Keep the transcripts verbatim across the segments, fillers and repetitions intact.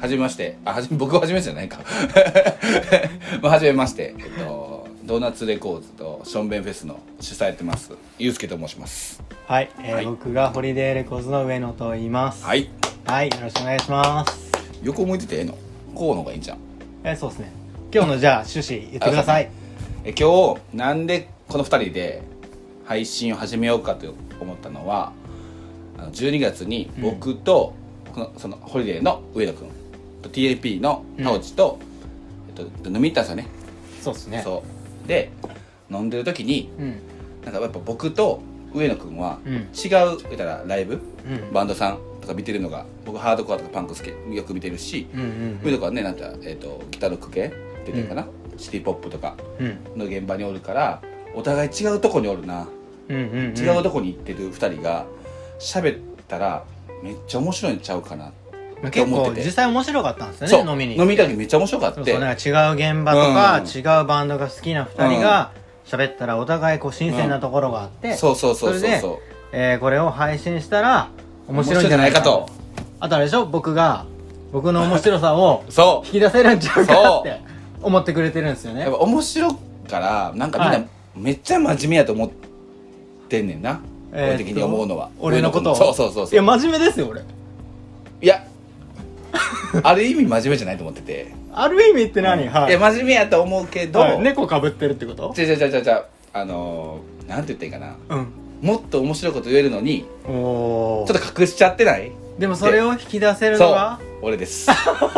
はじめまして。あ、はじめ、僕ははじめましてじゃないか。まあ、はじめまして。えっと、ドーナツレコーズとションベンフェスの主催やってます。ゆうすけと申します。 はい、えーはい、 僕がホリデーレコーズの上野と言います。 はい。 はい、よろしくお願いします。 横向いててええの？こうのがいいんじゃん。 えー、そうですね。今日のじゃあ趣旨言ってください。 え今日なんでこのふたりで配信を始めようかと思ったのは、あのじゅうにがつに僕と、うん、このそのホリデーの上野くんと ティーエーピー の田内と、うん、えっと、飲み行ったんですよね。 そうですね。 そうで飲んでる時に、うん、なんかやっぱ僕と上野くんは違う、うん、言ったらライブ、うん、バンドさんとか見てるのが、僕ハードコアとかパンク好きよく見てるし、うんうんうん、上野くんはねなんか、えー、とギターロック系出てるかな、うん、シティポップとかの現場におるから、お互い違うとこにおるな、うんうんうん、違うとこに行ってるふたりが喋ったらめっちゃ面白いんちゃうかなって思ってて、 結構実際面白かったんですよね。飲みに飲みた時めっちゃ面白かった。そうそう、 なんか違う現場とか、うん、違うバンドが好きなふたりが喋ったらお互いこう新鮮なところがあって、うん、そうそうそうそう、それで、えー、これを配信したら面白いんじゃないかと。あとあれでしょ、僕が僕の面白さを引き出せるんちゃうかって思ってくれてるんですよね。 やっぱ面白からなんかみんなめっちゃ真面目やと思ってんねんな、はい、俺的に思うのは、えー、 俺のことを。 そうそうそうそう。 いや真面目ですよ俺。いやある意味真面目じゃないと思ってて。 ある意味って何、うん、はい、 いや真面目やと思うけど、はい、 猫かぶってるってこと？ 違う違う違う違う、あのー、なんて言っていいかな、うん、もっと面白いこと言えるのにおちょっと隠しちゃってない？ でもそれを引き出せるのが俺です。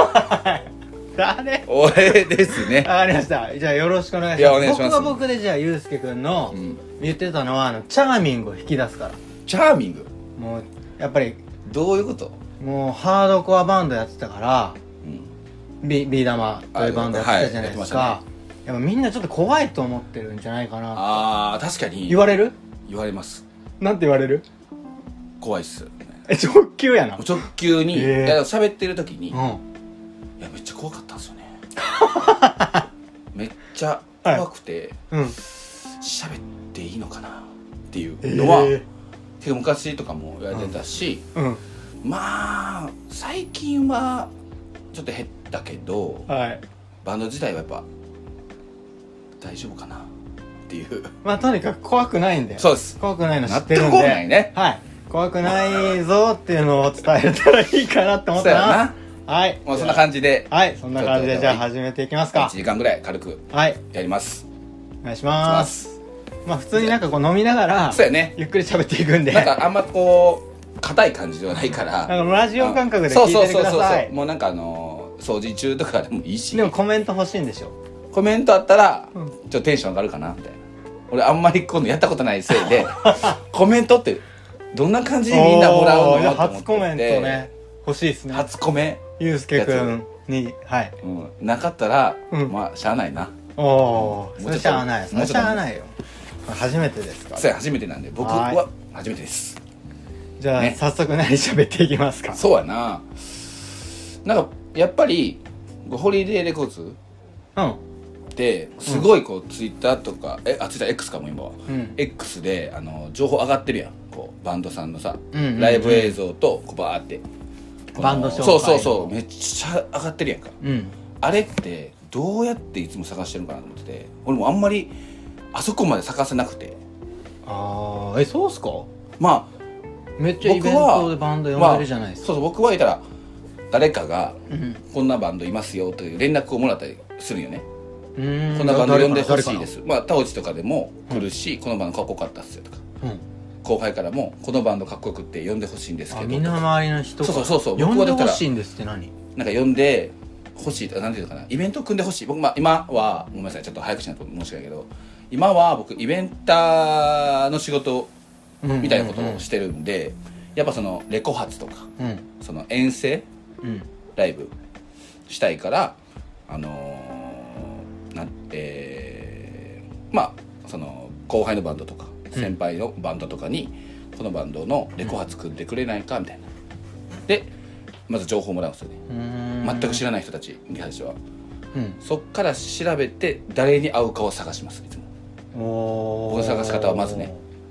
誰？ 俺ですね。 わかりました。じゃあよろしくお願いします。いやお願いします。僕は僕でじゃあゆうすけくんの、うん、言ってたのはあのチャーミングを引き出すから。 チャーミング？ もうやっぱりどういうこと？ もうハードコアバンドやってたから、うん、ビビー玉というバンドやってたじゃないですか。はい、やっぱみんなちょっと怖いと思ってるんじゃないかな。 ああ確かに。 言われる？ 言われます。 なんて言われる？ 怖いっす。 え直球やな。 直球に、えー、いや喋ってる時に、うん、いやめっちゃ怖かったんですよね。めっちゃ怖くて、はい、うん、喋っていいのかなっていうのは、えー、結構昔とかも言われてたし、うんうん、まあ最近はちょっと減ったけど、はい、バンド自体はやっぱ大丈夫かなっていう。まあとにかく怖くないんだよ。 そうです。 怖くないの知ってるんで。 怖くないね。 はい。怖くないぞっていうのを伝えたらいいかなって思ってます。はい。 もうそんな感じで。 はい。そんな感じでじゃあ始めていきますか。 いちじかんぐらい軽くやります。 お願いします。まあ普通になんかこう飲みながら、 そうやね。 ゆっくり喋っていくんで。 なんかあんまこう硬い感じではないから。 なんかラジオ感覚で聞いててください。 もうなんかあの掃除中とかでもいいし。 でもコメント欲しいんでしょ。 コメントあったらちょっとテンション上がるかなみたいな。俺あんまり今度やったことないせいでコメントってどんな感じでみんなもらうのと思ってて。 初コメントね欲しいですね。 初コメゆうすけくんに、はい、 うん、なかったら、うん、まあしゃあないな。 おお、それしゃあない。それしゃあないよ。初めてですから。 そうや初めてなんで僕は初めてです。 じゃあ、ね、早速何喋っていきますか。 そうやな。なんかやっぱりホリデーレコーズってすごいこうツイッターとか、うん、えあツイッター X かも今は、うん、X であの情報上がってるやん。こうバンドさんのさ、うんうんうん、ライブ映像とこうバーってバンド紹介そうそうそうめっちゃ上がってるやんか、うん、あれってどうやっていつも探してるのかなと思ってて、俺もあんまりあそこまで探せなくて。 ああえそうっすか。 まあめっちゃイベントでバンド呼んでるじゃないですか、 まあ、そうそう僕はいたら誰かがこんなバンドいますよという連絡をもらったりするよね。こんなバンド呼んでほしいです。まあ田内とかでも来るし、うん、このバンドかっこよかったっすよとか、うん、後輩からもこのバンドかっこよくって呼んでほしいんですけど、 みんな周りの人そうそうそうそう呼んでほしいんですって何？ なんか呼んでほしいとかなんていうのかな、イベント組んでほしい。僕、まあ、今はごめんなさいちょっと早口なと申し訳ないけど、今は僕イベンターの仕事みたいなことをしてるんで、うんうんうん、やっぱそのレコ発とか、うん、その遠征、うん、ライブしたいからあのー、なえー、まあその後輩のバンドとか先輩のバンドとかに、うん、このバンドのレコ発組んでくれないかみたいなでまず情報もらうんですよね。全く知らない人たちに対しては、うん、そっから調べて誰に会うかを探します。いつも僕の探し方はまずね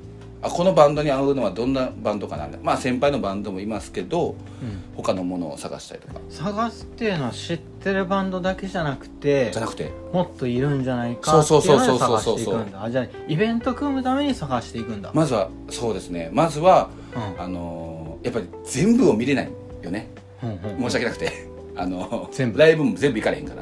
あこのバンドに合うのはどんなバンドかな、まあ先輩のバンドもいますけど、うん、他のものを探したりとか。 探すっていうのは知ってるバンドだけじゃなくてじゃなくてもっといるんじゃないかっていうのを探していくんだ。じゃあイベント組むために探していくんだ。 まずはそうですね、まずは、うん、あのー、やっぱり全部を見れないよね、うんうんうん、申し訳なくてあの全部ライブも全部行かれへんから。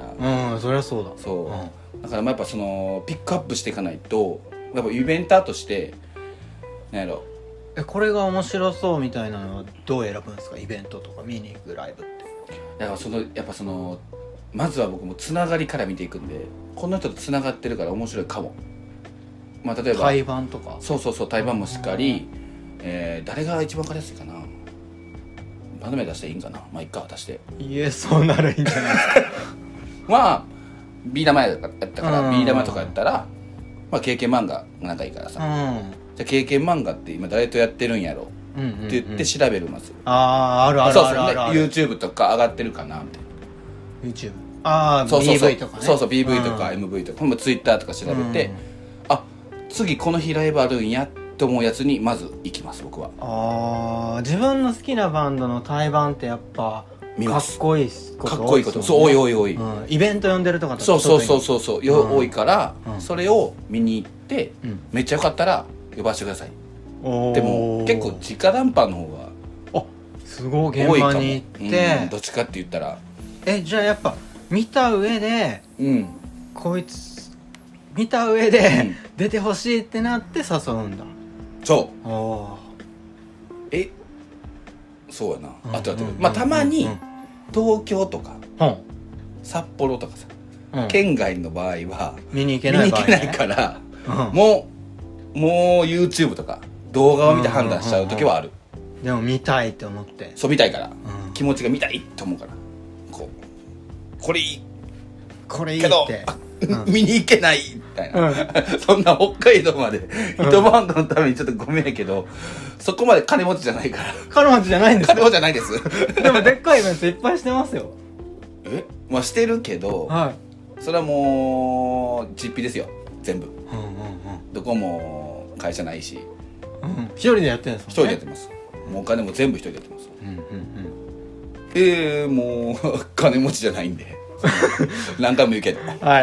うんそりゃそうだ。 そう、うん、だからまあやっぱそのピックアップしていかないと、やっぱイベンターとしてなんやろ、 えこれが面白そうみたいなのはどう選ぶんですか、イベントとか見に行くライブって。 だからそのやっぱそのまずは僕もつながりから見ていくんで、この人とつながってるから面白いかも。まあ例えば対バンとか。 そうそうそう、対バンもしっかり、えー、誰が一番分かりやすいかな。バンド名出していいんかな。まあいっか出して。 いえそうなるんじゃないですかまあビー玉やったからビー玉とかやったら、まあ経験漫画が仲いいからさ、うんじゃあ経験漫画って今誰とやってるんやろ、うんうんうん、って言って調べるます。 あああるあるあるあるある。 そうそう、ね、YouTube とか上がってるかなみたいな YouTube ああ ビーブイ とかね。 そうそう ビーブイ とか エムブイ とか、うん、Twitter とか調べて、うん、あ次この日ライブあるんやって思うやつにまず行きます僕は。 ああ自分の好きなバンドの対バンってやっぱかっこいいこと、 かっこいいこと、そうおいおいおい、うん、 イベント呼んでるとかそうそうそうそうそう、うん、多いから、うん、それを見に行って、うん、めっちゃよかったら呼ばせてください。でも結構直談判の方があすごい現場に行って、 うん、どっちかって言ったらえじゃあやっぱ見た上で、うん、こいつ見た上で、うん、出てほしいってなって誘うんだ。 そうあえそうやな、うん、あとあと、まあたまに、うん、東京とか、うん、札幌とかさ、うん、県外の場合は見に行けない場合、ね、 見に行けないから、うん、もうもう YouTube とか動画を見て判断しちゃう時はある、 うんうんうん、でも見たいって思ってそう見たいから、うん、気持ちが見たいって思うからこうこれいいこれいいってけど、うん、見に行けないみたいな、うん、そんな北海道まで一バンドのためにちょっとごめんやけど、うん、そこまで金持ちじゃないから金持ちじゃないんですか。 金持ちじゃないですでもでっかいイベントいっぱいしてますよ。 えまあしてるけど、はい、それはもう実費ですよ全部、うんうんうん、どこも会社ないしうん、一人でやってるんですもんね。一人でやってます。もうお金も全部一人でやってます。うんうんうん、えー、もう金持ちじゃないんで何回も言うけど、はい、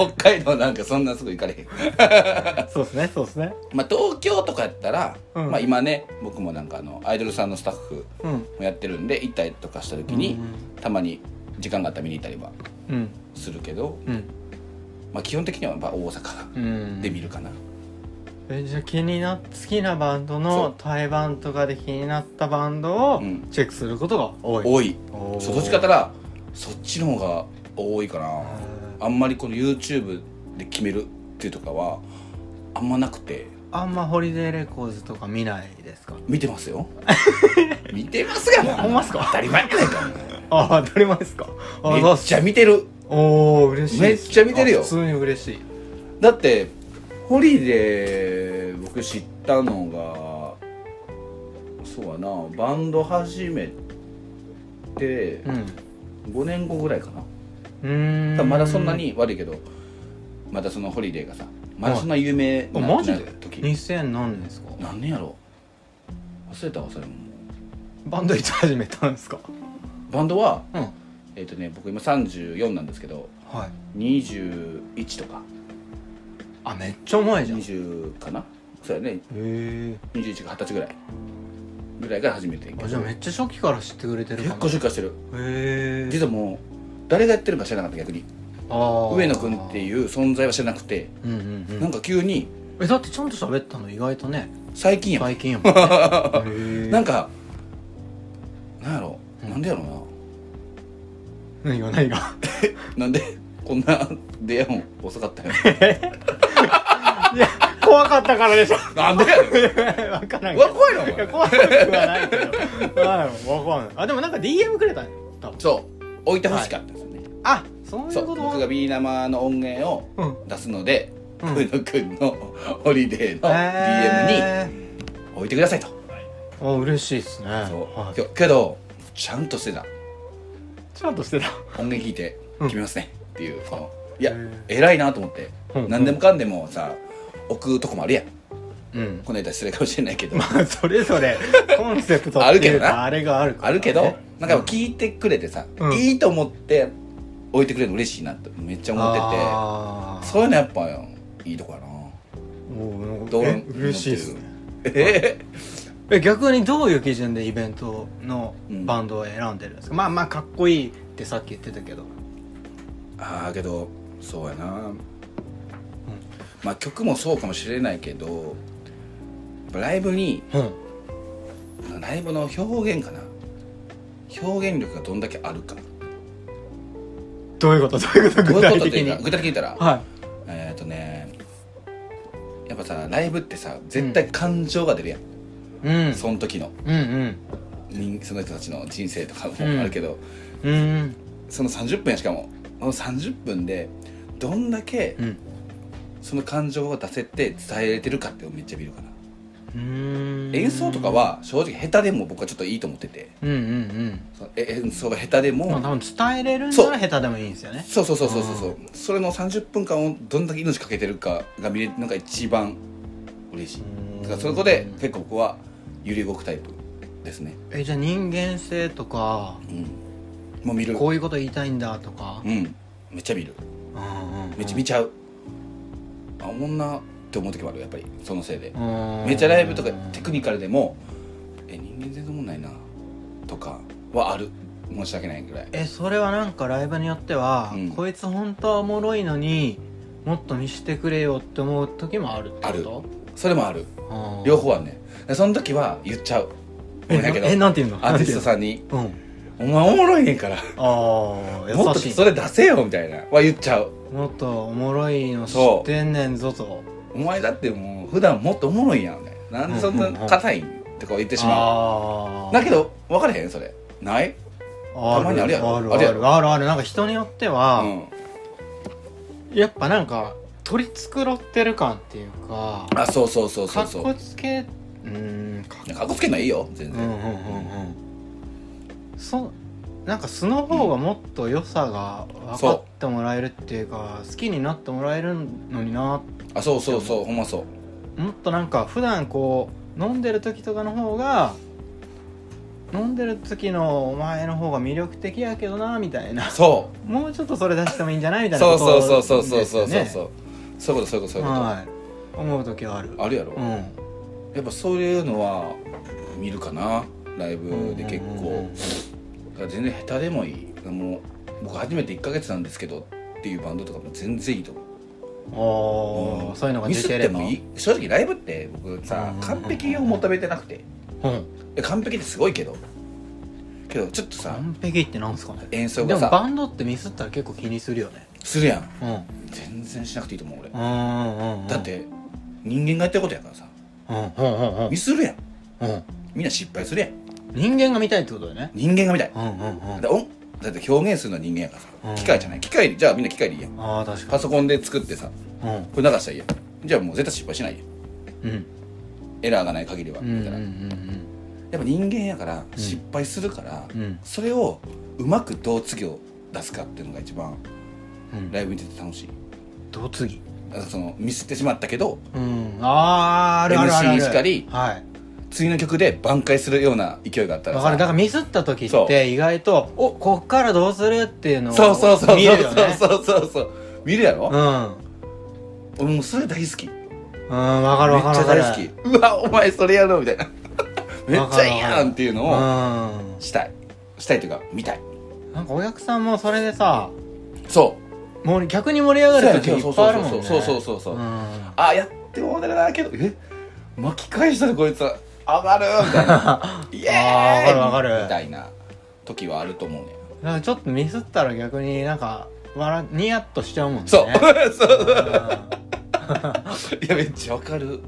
北海道なんかそんなすぐ行かれへんそうですねそうですね。 まあ東京とかやったら、うんまあ、今ね僕もなんかあのアイドルさんのスタッフもやってるんで、うん、行ったりとかした時に、うんうん、たまに時間があったら見に行ったりはするけど、うんまあ、基本的にはやっぱ大阪で見るかな。 えじゃあ気にな好きなバンドの対バンとかで気になったバンドをチェックすることが多い、 うん、多いそっちかったらそっちの方が多いかな。あんまりこの YouTube で決めるっていうとかはあんまなくて。 あんまホリデーレコーズとか見ないですか。 見てますよ見てますがな。 ほんますか。 当たり前やないかあ当たり前ですか。 めっちゃ見てる。 おお嬉しい。 めっちゃ見てるよ。 普通に嬉しい。 だってホリデー僕知ったのがそうやなバンド始めてごねんごぐらいかな。うーんまだそんなに悪いけどまだそのホリデーがさまだそんな有名なマジで時にせん何年ですか。 何年やろ忘れたわそれも。 バンドいつ始めたんですか。 バンドは、うん、えっとね僕今さんじゅうよんなんですけど、はい、にじゅういちとか。 あめっちゃ前じゃん。 にじゅうかなそうやね。へえにじゅういちかはたちぐらいぐらいから始めてんけど。 あじゃあめっちゃ初期から知ってくれてるかな。 結構初期からしてる。へえ実はもう誰がやってるか知らなかった逆に。あ上野くんっていう存在は知らなくて、うんうんうん、なんか急にえだってちゃんと喋ったの意外とね最近や最近やもん、ね、 なんかなんやろ、うん、なんでやろうな何が何がなんでこんな出会うの遅かったよいや怖かったからでしょ。 なんでやねん分からんけど怖いのお前。 いや怖くはないけど分かんない。あでもなんか ディーエム くれたね多分。 そう置いてほしかったんですよね、はい、あそういうこと。 僕が B 生の音源を出すので上野くんのホリデーの ディーエム に置いてくださいと。 あ嬉しいですね。そう、 はい、けどちゃんとしてたちゃんとしてた音源聞いて決めますね、うん、っていうこのいや偉いなと思って、うん、何でもかんでもさ置くとこもあるやん、 うん、この間失礼かもしれないけどまあそれぞれコンセプトっていうかあれがあるから、ね、 あるけどなんか聞いてくれてさ、うん、いいと思って置いてくれるの嬉しいなってめっちゃ思ってて、そういうのやっぱいいとこやな。 おどうえ嬉しいですね。ええ逆にどういう基準でイベントのバンドを選んでるんですか、うん、まあまあかっこいいってさっき言ってたけど。 ああけどそうやな、うん、まあ曲もそうかもしれないけどライブに、うん、ライブの表現かな、表現力がどんだけあるか。 どういうことどういうこと具体的に具体的に言ったら、はい、えっとねやっぱさライブってさ絶対感情が出るやん、うん、その時の、うんうん、その人たちの人生とかもあるけど、うんうん、そのさんじゅっぷんやしかもこのさんじゅっぷんでどんだけその感情が出せて伝えれてるかってめっちゃ見るかな。うーん演奏とかは正直下手でも僕はちょっといいと思ってて、うんうんうん、演奏が下手でも、 まあ、多分伝えれるんなら下手でもいいんですよね。 そうそうそうそうそうそう、それのさんじゅっぷんかんをどんだけ命かけてるかが見れるのが一番嬉しい。だからそこで結構僕は揺り動くタイプですね。 えじゃあ人間性とか、うん、 もう見る。 こういうこと言いたいんだとか、 うん、めっちゃ見る、うんうんうん、めっちゃ見ちゃう。あおもんなって思う時もあるやっぱりそのせいで。めっちゃライブとかテクニカルでもえ人間全然おもんないなとかはある。申し訳ないぐらい。 えそれはなんかライブによっては、うん、こいつ本当はおもろいのにもっと見せてくれよって思う時もあるってこと？ある。 それもある。両方あるね。その時は言っちゃう。 えなえなんて言うの？ アーティストさんに、うん、お前おもろいねんからあ優しいもっとそれ出せよみたいなは言っちゃう。 もっとおもろいの知ってんねんぞと。 お前だってもう普段もっとおもろいやんね。なんでそんな硬いんってこう言ってしまう。だけど分かれへんそれない？たまにあるやろ。 あるあるあるあるある。なんか人によっては、うん、やっぱなんか取り繕ってる感っていうか。 あそうそうそうそうそう。かっこつけうんかっこつけるのはいいよ全然。うんうんうんうん。 そなんか素の方がもっと良さが分かってもらえるっていうか、好きになってもらえるのにな。 あそうそうそうほんまそう。 もっとなんか普段こう飲んでる時とかの方が飲んでる時のお前の方が魅力的やけどなみたいな。そうもうちょっとそれ出してもいいんじゃないみたいなことそうそうそうそうそうそうそうそういうことそういうことそういうこと、はい、 思う時はあるあるやろ、うん、やっぱそういうのは見るかなライブで結構、うんうんうん、だから全然下手でもいい。もう僕初めていっかげつなんですけどっていうバンドとかも全然いいと思う。 あ、うん、そういうのが出てればミスってもいい。正直ライブって僕さ、うん、完璧を求めてなくて、うん、完璧ってすごいけどけどちょっとさ完璧ってなんすかね。 演奏がさでもバンドってミスったら結構気にするよね。 するやん、うん、全然しなくていいと思う俺、うんうんうん、だって人間がやってることやからさ、うんうんうんうん、ミスるやん、うん、みんな失敗するやん。 人間が見たいってことだよね。 人間が見たい、うんうんうん、だ, だって表現するのは人間やからさ、うん、機械じゃない。機械じゃあみんな機械でいいやん。あ確かにパソコンで作ってさ、うん、これ流したらいいやん。じゃあもう絶対失敗しないやん、うん、エラーがない限りはみたいな、うんうんうんうん、やっぱ人間やから失敗するから、うん、それをうまくどう次を出すかっていうのが一番、うん、ライブ見てて楽しい。 どう次そのミスってしまったけど、 うん、あーあるあるあるエムシー にしかり、はい、次の曲で挽回するような勢いがあったらさ。だからミスった時って意外とおこっからどうするっていうのをそうそうそう見るよね。そうそうそうそう見るやろ。うん。もうそれ大好き。 うんわかるわかる。めっちゃ大好き。 うわお前それやろみたいな。めっちゃいいやんっていうのをしたいしたいというか見たい。 なんかお客さんもそれでさそうもう逆に盛り上がる時いっぱいあるもんね。 そうそうそうそう。あやってもらえないけどえ巻き返したらこいつは上がるみたいなイエーイあ分かる分かるみたいな時はあると思うね。 だからちょっとミスったら逆になんか笑ニヤッとしちゃうもんね。 そうそういやめっちゃ分かる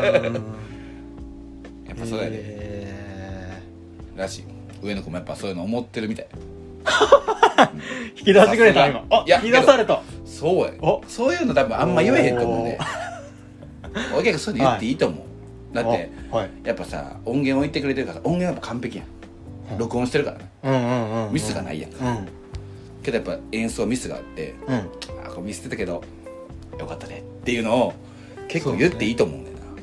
やっぱそうやで、えー、らしい。上の子もやっぱそういうの思ってるみたい引き出してくれた今。あ引き出された。 そうやそういうの多分あんま言えへんと思うんで俺結構そういうの言っていいと思う、はい、だって、はい、やっぱさ音源置いてくれてるから音源はやっぱ完璧やん、うん、録音してるからね、うんうんうんうん、ミスがないやんか、うん、けどやっぱ演奏ミスがあって、うん、あこれミスってたけどよかったねっていうのを結構言っていいと思うんだよな。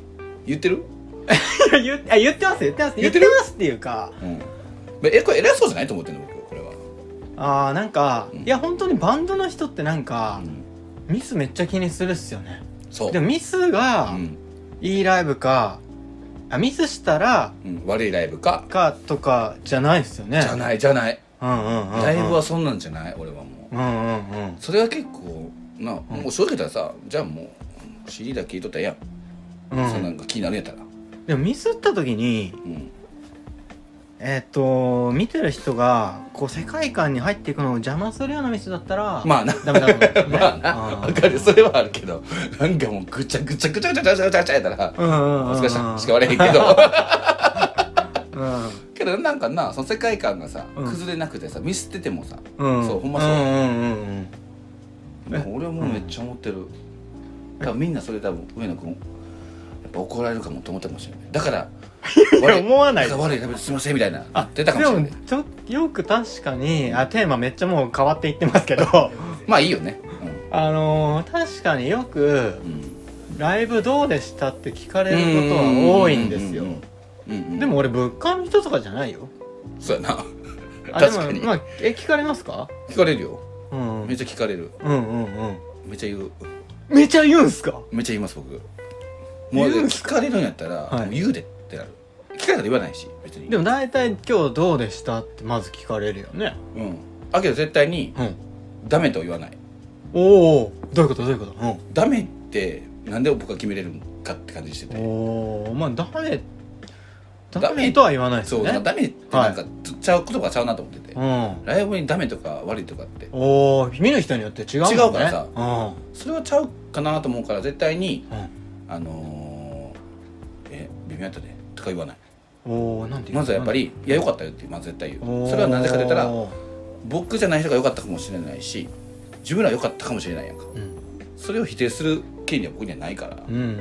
言ってるいや言ってあ言ってます言ってます言ってますっていうか、 うん、えこれ偉そうじゃないと思ってんの僕これは。 あーなんか、 うん、 いや本当にバンドの人ってなんか、うん、ミスめっちゃ気にするっすよね。 そうでもミスが、うん、いいライブかあミスしたら、 うん、悪いライブかかとかじゃないっすよね。 じゃないじゃない、 うんうんうんうん、 ライブはそんなんじゃない俺はもう、 うんうんうん、 それは結構な、うん、もう正直言ったらさじゃあもう シーディー だけ聞いとったらええやん、うん、そんなんか気になるんやったら。 でもミスった時に、うん、えっ、ー、と見てる人がこう世界観に入っていくのを邪魔するようなミスだったらまあなダメだと思うんですね。 まあな分かるそれはあるけどなんかもうぐちゃぐちゃぐちゃぐちゃぐちゃぐちゃぐちゃやったらもしかしたらしか割れへんけど、うん、けどなんかなその世界観がさ、うん、崩れなくてさミスっててもさ、うん、そうほんまそう、うんうんうんうん、俺はもうめっちゃ思ってる。だからみんなそれ多分上野くんやっぱ怒られるかもと思ったかもしれない。だからいや思わないです。 悪い食べすみませんみたいな出たかもしれない。 でもちょよく確かにあテーマめっちゃもう変わっていってますけどまあいいよね、 うん、あのー、確かによく、うん、ライブどうでしたって聞かれることは多いんですよ。でも俺物価の人とかじゃないよ。 そうやなあ確かに。まあ、え聞かれますか？ 聞かれるよ、うん、めっちゃ聞かれる。 うんうんうんめっちゃ言う。 めっちゃ言うんすか？ めっちゃ言います僕。もう聞かれるんやったら、はい、もう言うでってなる。聞かれたら言わないし別に。 でも大体今日どうでしたってまず聞かれるよね。 うんあけど絶対に、うん、ダメとは言わない。 おおどういうことどういうこと、うん、 ダメってなんで僕が決めれるかって感じしてて。 おおまあダメダメとは言わないですよね。 そうダメってなんか、はい、ちゃう言葉ちゃうなと思ってて、うん、ライブにダメとか悪いとかっておお見る人によって違うもんね。 違うからさ、うん、それはちゃうかなと思うから絶対に、うん、あのー、え微妙やったでとか言わない。 おなんて言うまずはやっぱりいや良かったよってまず絶対言う。それはなぜかと言ったら僕じゃない人が良かったかもしれないし自分らは良かったかもしれないやんか、うん、それを否定する権利は僕にはないから、うんうんうん、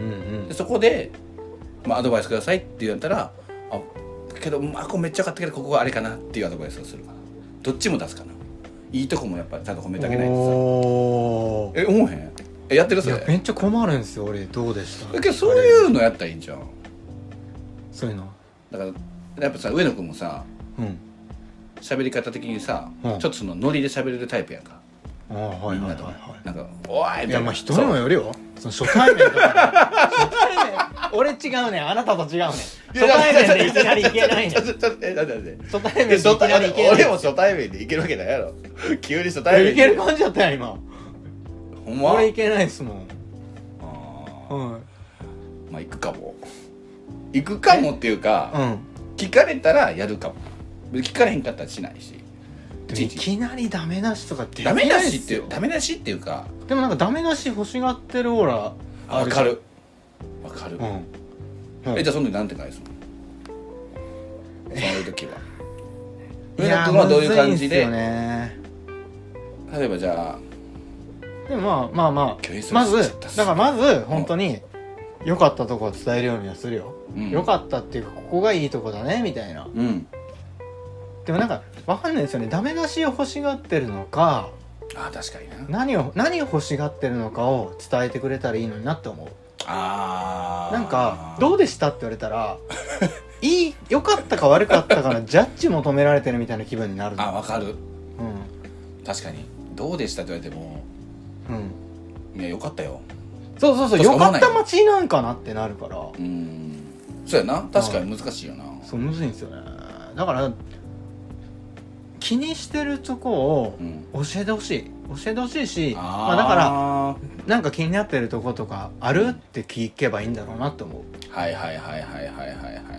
でそこで、まあ、アドバイスくださいって言われたらあけど、まあ、ここめっちゃ良かったけどここはあれかなっていうアドバイスをするかな。どっちも出すかな。いいとこもやっぱりちゃんと褒めてあげないとさ。え思わへん？えやってるそれ？いやめっちゃ困るんですよ俺。どうでした？ けどそういうのやったらいいんじゃん。 そういうのだからやっぱさ上野くんもさ喋、うん、り方的にさ、うん、ちょっとそのノリで喋れるタイプやんか。あはいはいはいはい。なんかおいみたいな。いやまあ人にもよるよ。その初対面とか初対面俺違うねんあなたと違うねん。初対面でいきなりいけないねん。初対面でいきなりいけない。 俺も初対面でいけるわけないやろ。急に初対面いける感じだったやん今。 ほんま？ 俺いけないっすもん。 あはい。まあ行くかも。行くかもっていうか、うん、聞かれたらやるかも。聞かれへんかったらしないし。 いきなりダメ出しとかってダメ出しってダメ出しっていうかでもなんかダメ出し欲しがってるオーラある。わかるわかる、うんうん、えじゃあその時なんて返すの？そういう時は上野君はどういう感じで、ね、例えばじゃあでもまあまあまあまずだからまず本当に良かったとこを伝えるようにはするよ、うん、良かったっていうかここがいいとこだねみたいな、うん、でもなんか分かんないですよね。ダメ出しを欲しがってるのかあ確かにな何を何を欲しがってるのかを伝えてくれたらいいのになって思う。 あなんかどうでしたって言われたらいい良かったか悪かったかのジャッジ求められてるみたいな気分になる。 あ分かる、うん、確かにどうでしたって言われてもうんいや良かったよそうそうそう良かった街なんかなってなるからうんそうやな確かに難しいよな、 そうむずいんですよね。だから気にしてるとこを教えてほしい、うん、教えてほしいしあ、まあ、だからなんか気になってるとことかあるって聞けばいいんだろうなって思う。 はいはいはいはいはいはいはいはい、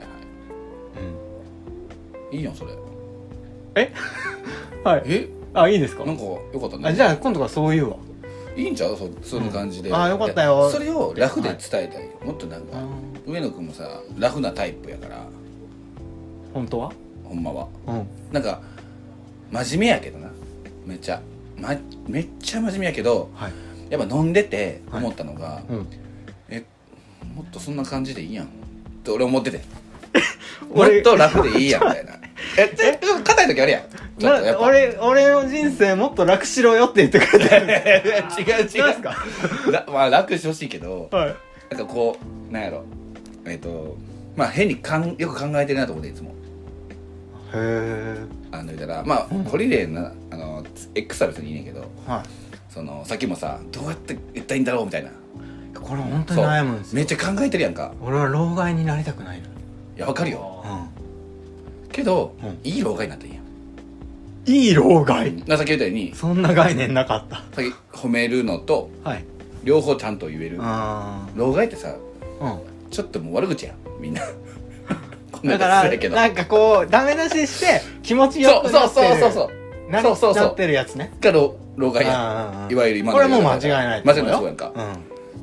うん、いいよそれえはいえあいいですか。 なんかよかったね。 あじゃあ今度はそういうわいいんちゃう そ, そんな感じで、 うん、あよかったよ。 それをラフで伝えたい、はい、もっとなんか上野くんもさラフなタイプやから本当はほんまは、 うん、 なんか真面目やけどなめっちゃ、ま、めっちゃ真面目やけど、はい、やっぱ飲んでて思ったのが、はいうん、えもっとそんな感じでいいやんって俺思っててもっとラフでいいやんみたいなええ硬い時あるやんちょっとやっぱ俺俺の人生もっと楽しろよって言ってくれてる違う違うかまあ楽してほしいけど、はい、なんかこうなんやろえっとまあ変にかんよく考えてるなと思っていつも。 へえ。 あの言ったらまあ、うん、ホリデーなあの X は別にいいねんけど、 はい、 そのさっきもさどうやって言ったらいいんだろうみたいな、 これ本当に悩むんですよ。 めっちゃ考えてるやんか。 俺は老害になりたくないの。 いやわかるよ、うん、けど、うん、いい老害になったらいいやん。 いい老害、 うん、さっき言ったようにそんな概念なかった。 さっき褒めるのと、はい、両方ちゃんと言える。老害ってさ、うん、ちょっともう悪口やんみんなだからなんかこうダメ出しして気持ちよくなってる、そうそうそうそうなそうそうそうなってるやつねが老害やん。いわゆる今のこれもう間違いない間違いない。そうやんか、うん、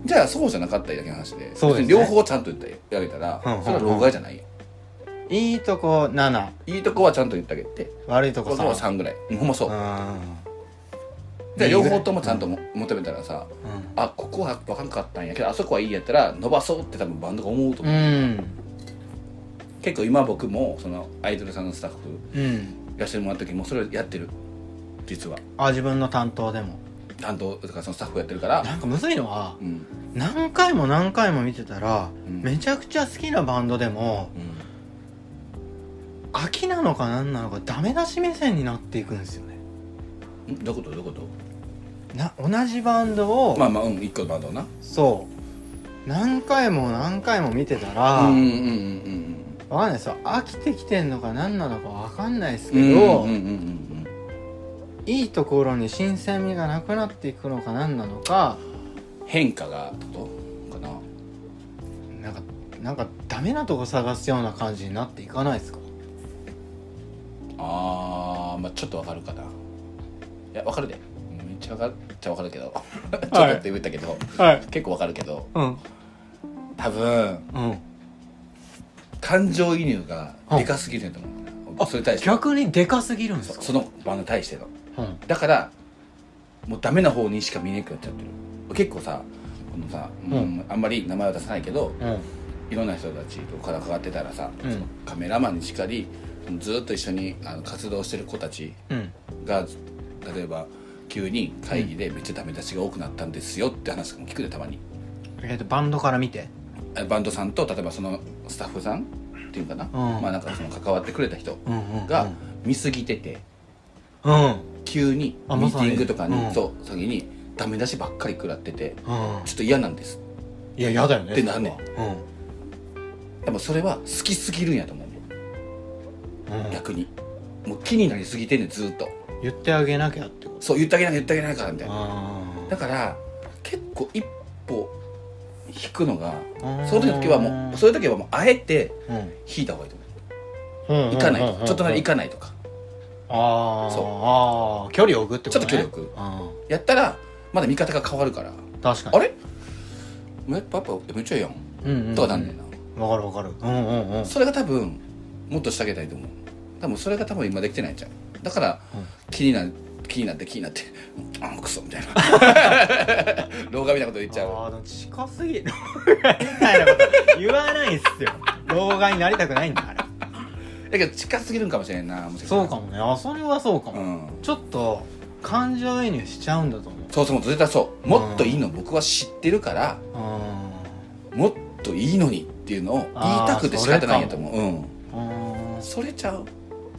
じゃあそうじゃなかったらだけの話で、そうですね、両方ちゃんと言ってあげたら、うん、それは老害じゃないよ。 いいとこなな、 いいとこはちゃんと言ってあげて、 悪いとこさんはさんぐらい。ほんまそう。じゃあ両方ともちゃんとも、うん、求めたらさ、うん、あここは分かんなかったんやけどあそこはいいやったら伸ばそうって多分バンドが思うと思う、うん、結構今僕もそのアイドルさんのスタッフ、うん、やらせてもらった時もそれをやってる実は。 あ自分の担当でも担当とかそのスタッフやってるから。 なんかむずいのは、うん、何回も何回も見てたら、うん、めちゃくちゃ好きなバンドでも、うん、飽きなのか何なのかダメ出し目線になっていくんですよね。 んどういうことどういうことな同じバンドをまあまあうん一個のバンドなそう何回も何回も見てたら、うんうんうんうん分かんないですよ。飽きてきてんのか何なのか分かんないですけど、うんうんうんうん、いいところに新鮮味がなくなっていくのか何なのか。 変化がってことかな。 なんかなんかダメなとこ探すような感じになっていかないですか。 あーまあちょっと分かるかな。いや分かるでめっちゃ分かるっちゃ分かるけどちょっとって言ったけど、はい、結構分かるけど、うん、多分、うん、感情移入がでかすぎるんだと思う、うん、それに対して逆にでかすぎるんですか。 その場に対しての、うん、だからもうダメな方にしか見えなくなっちゃってる。結構さこのさ、うんうん、あんまり名前は出さないけど、うん、いろんな人たちとから関わってたらさ、うん、そのカメラマンにしかりずっと一緒にあの活動してる子たちが、うん、例えば急に会議でめっちゃダメ出しが多くなったんですよって話も聞くでたまに。 えーとバンドから見てバンドさんと例えばそのスタッフさんっていうかな、うん、まあなんかその関わってくれた人が見すぎてて、うん、急にミーティングとかに、うん、そう先にダメ出しばっかり食らってて、うん、ちょっと嫌なんです。 いや嫌だよねってなんねん、うん、でもそれは好きすぎるんやと思うね、うん、逆にもう気になりすぎてんねんずっと。 言ってあげなきゃってこと。 そう言ってあげなきゃ言ってあげなきゃみたいな。だから結構一歩引くのがそういう時はもうそういう時はもうあえて引いた方がいいと思う、うん、行かないとかちょっとなり行かないとか。 ああそうあ距離を置くってことね。 ちょっと距離を置くやったらまだ見方が変わるから。 確かに。 あれパパめっちゃいいやん、うんうんうん、とかなんねんな。 わかるわかる、うんうんうん、 それが多分もっとしてあげたいと思う。多分それが多分今できてないんちゃう。だから、うん、気になる気になって気になってあクソみたいな老害みたいなこと言っちゃう。 あ近すぎ老害みたいなこと言わないっすよ。老害になりたくないんだあれ。だけど近すぎるんかもしれんな。もしそうかもね。あそれはそうかも、うん、ちょっと感情移入しちゃうんだと思う。 そうそう絶対そう。もっといいの僕は知ってるから、うん、もっといいのにっていうのを言いたくて仕方ないんやと思う。うん、それちゃう。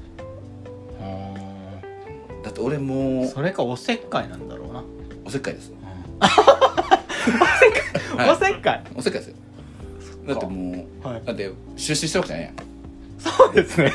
だって俺もそれかおせっかいなんだろうな。 おせっかいです、うん、 おせっかい、はい、おせっかいおせっかいですよ。だってもう、はい、だって出資してるわけじゃないやん。 そうですね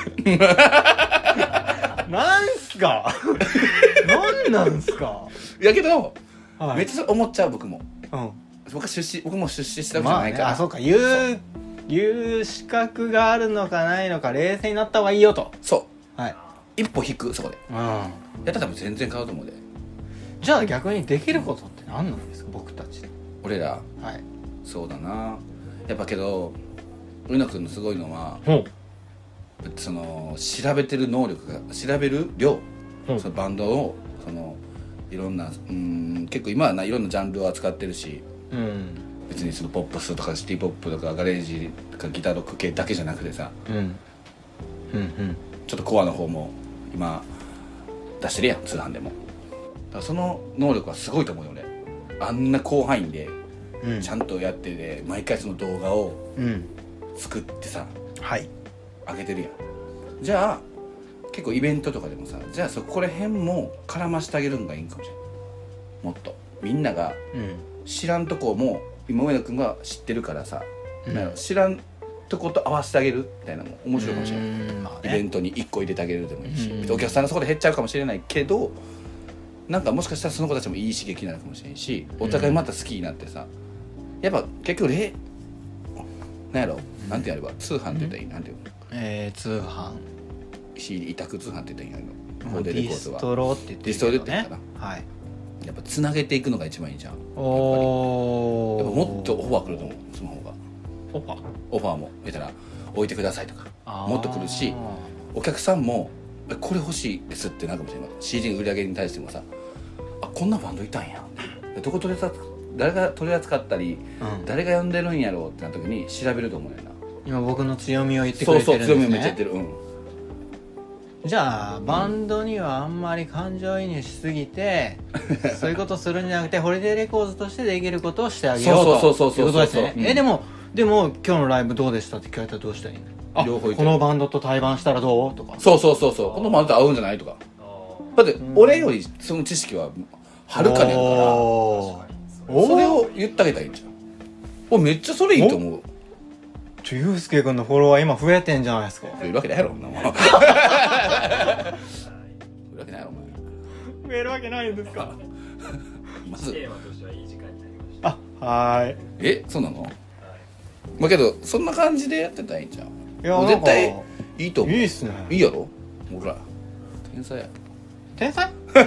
なんすかなんなんすか。 いやけど、はい、めっちゃ思っちゃう僕も、うん、僕は出資僕も出資したわけじゃないから、まあね、 あそうか言う言う資格があるのかないのか冷静になった方がいいよと。 そう、はい、一歩引くそこで、うん、やったら多分全然変わると思うで。 じゃあ逆にできることって何なんですか僕たち。 俺ら、はい、そうだな。やっぱけどうなくんのすごいのは、うん、その調べてる能力が調べる量、うん、そのバンドをそのいろんなうん結構今はないろんなジャンルを扱ってるし、うん、別にそのポップスとかシティポップとかガレージとかギターロック系だけじゃなくてさ、うんうんうん、ちょっとコアの方も今出してるやん通販でも。だからその能力はすごいと思うよね。あんな広範囲でちゃんとやってて、毎回その動画を作ってさ、 はい、 あげてるやん。じゃあ結構イベントとかでもさ、じゃあそこら辺も絡ましてあげるんがいいんかもしれない。もっとみんなが知らんとこも今上野くんが知ってるからさ、うん、知らんとこと合わせてあげるみたいなのも面白いかもしれない、まあね、イベントにいっこ入れてあげるでもいいし、お客さんがそこで減っちゃうかもしれないけど、なんかもしかしたらその子たちもいい刺激になるかもしれないし、お互いまた好きになってさ、やっぱ結局えなんやろ、なんてやれば通販って言ったらいい、なんていうの、 えー、通販シーディー 委託通販って言ったらいいの、 コーデレコードはディストロって言ってるけどね、ディストロって言ったかな、はい、やっぱつなげていくのが一番いいじゃん。やっぱりおやっぱもっとオファー来ると思う、その方が。オファーオファーも言ったら置いてくださいとかもっと来るし、お客さんもこれ欲しいですってなるかもしれない。 シーディー の売り上げに対してもさ、あこんなバンドいたんや、どこ取り扱誰が取り扱ったり、うん、誰が呼んでるんやろうってなった時に調べると思うよな。今僕の強みを言ってくれてるんですね。そうそう、強みをめっちゃ言ってる、うん、じゃあバンドにはあんまり感情移入しすぎて、うん、そういうことするんじゃなくてホリデーレコーズとしてできることをしてあげようということですね。えでもでも今日のライブどうでしたって聞かれたらどうしたらいいの？あ両方このバンドと対バンしたらどうとか。そうそうそうそう、このバンドと合うんじゃないとか。だって俺よりその知識ははるかにあるから、それを言ってあげたらいいんじゃん。おめっちゃそれいいと思う。ちょゆうすけくんのフォロワー今増えてんじゃないですか。増えるわけないやろんなもん。増えるわけないやろお前。増えるわけないんですか。まずテーマとしてはいい時間になりました。あはーい。えそうなの？はい、まあけどそんな感じでやってたらいいんじゃん。いや絶対いいと思う。いいっすね。いいやろ。ほら天才や。天才？ま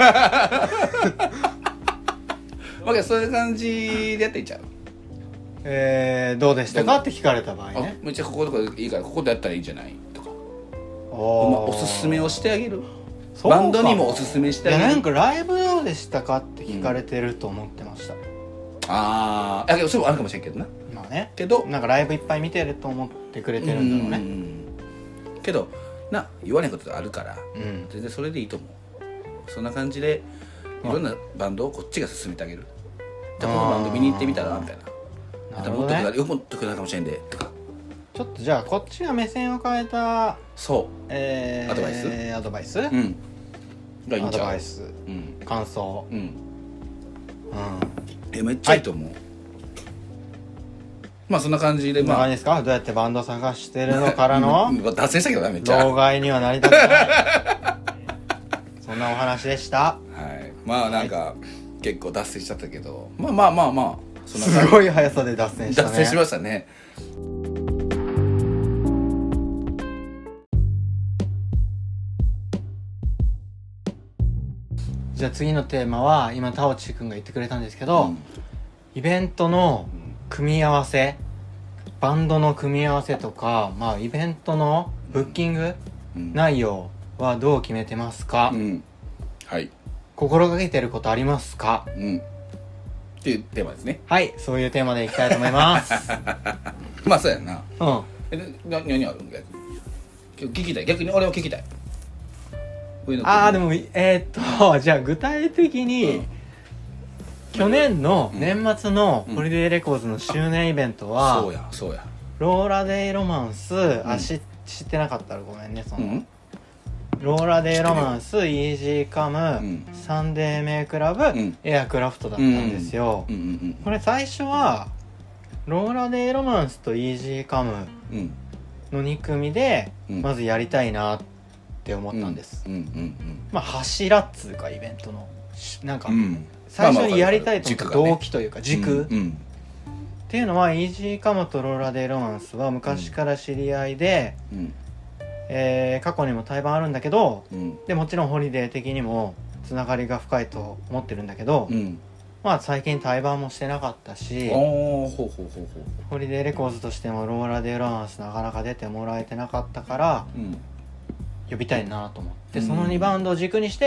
あけどそういう感じでやっていっちゃう。えー、どうでしたかって聞かれた場合ね、めっちゃこことかいいからここでやったらいいんじゃないとか、お, おすすめをしてあげる。バンドにもおすすめしてあげる。いやなんかライブどうでしたかって聞かれてると思ってました、うん、ああ、いやそれもあるかもしれんけどな。まあね、けどなんかライブいっぱい見てると思ってくれてるんだろうね。うんけどな言わないことあるから、うん、全然それでいいと思う。そんな感じでいろんなバンドをこっちが進めてあげる。じゃあこのバンド見に行ってみたらみたいな。なるほどね、もっともっとくなるかもしれんでとか。ちょっとじゃあこっちが目線を変えたそう、えー、アドバイスアドバイス、うん、がいいんちゃう。アドバイス、うん、感想、うん、うん、えめっちゃいいと思う、はい、まあそんな感じで、まあ何ですか、どうやってバンド探してるのからの脱線したけどね、めっちゃ老害にはなりたくないそんなお話でした。はい、まあなんか、はい、結構脱線しちゃったけど、まあまあまあまあそんなすごい速さで脱線したね。脱線しましたね。じゃあ次のテーマは今田内くんが言ってくれたんですけど、うん、イベントの組み合わせ、バンドの組み合わせとか、まあイベントのブッキング内容はどう決めてますか、うん、はい、心がけてることありますか、うんっていうテーマですね。はい、そういうテーマでいきたいと思いますまあそうやな。うんえな何あるの逆に聞きたい。逆に俺は聞きたい。ああでもえー、っとじゃあ具体的に、うん、去年の年末のホリデーレコーズの周年イベントは、うん、そうやそうやローラデイロマンス、うん、あし知ってなかったらごめんねその、うんローラデーロマンス、イージーカム、うん、サンデーメイクラブ、うん、エアクラフトだったんですよ、うんうんうん、これ最初はローラデーロマンスとイージーカムのに組でまずやりたいなって思ったんです、うんうんうんうん、まあ柱っつうかイベントのなんか、うん、最初にやりたいと思った動機というか軸、うんうん、っていうのはイージーカムとローラデーロマンスは昔から知り合いで、うんえー、過去にも対バンあるんだけど、うん、でもちろんホリデー的にもつながりが深いと思ってるんだけど、うん、まあ最近対バンもしてなかったし、ほうほうほうほうホリデーレコーズとしてもローラデーロマンスなかなか出てもらえてなかったから、うん、呼びたいなと思って、うん、そのにバンドを軸にして、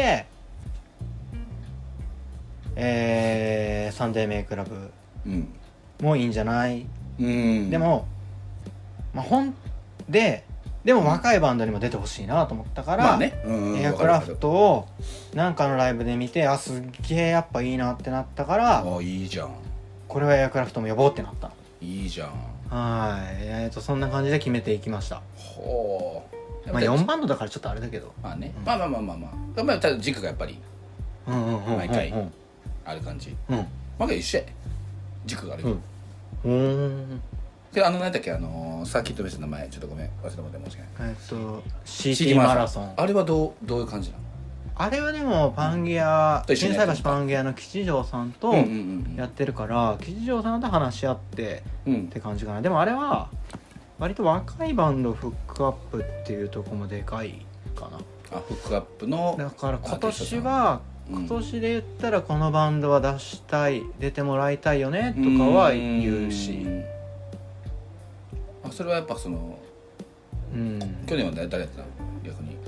えー、サンデーメイクラブもいいんじゃない、うん、でも、まあ、本ででも若いバンドにも出てほしいなと思ったから、まあね、うんうん、エアクラフトをなんかのライブで見て、あすっげえやっぱいいなってなったから、あいいじゃん、これはエアクラフトも呼ぼうってなった。いいじゃん。 はいえーとそんな感じで決めていきました。 ほうまあよんバンドだからちょっとあれだけどまあね、 うん、 まあまあまあまあまあやっぱり軸がやっぱり毎回ある感じ、うん、まあ一緒や軸があるよ、うん、うんであの何だっけあのー、サーキットベースの名前ちょっとごめん忘れたことで申し訳ない。 えっと シーティー マラソンあれはどうどういう感じなの？ あれはでもパンギア心斎橋パンギアの吉祥さんとやってるから吉祥さんと話し合ってって感じかな、うん、でもあれは割と若いバンドフックアップっていうところもでかいかな。 あフックアップのだから今年は今年で言ったらこのバンドは出したい出てもらいたいよねとかは言うし、うあそれはやっぱその、うん、去年は誰やってたの逆に？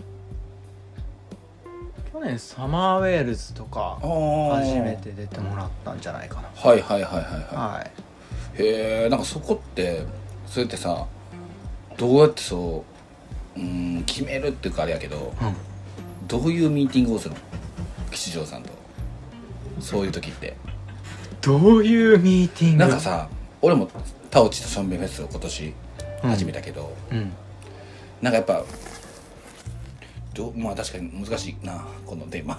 去年サマーウェールズとか初めて出てもらったんじゃないかな。 はいはいはいはいはい、へえんかそこってそうやってさどうやってそううん決めるっていうかあれやけど、うん、どういうミーティングをするの吉祥さんとそういう時ってどういうミーティングなんかさ俺もタオチとションベンフェスを今年始めたけど、うんうん、なんかやっぱどまあ確かに難しいなこのテーマ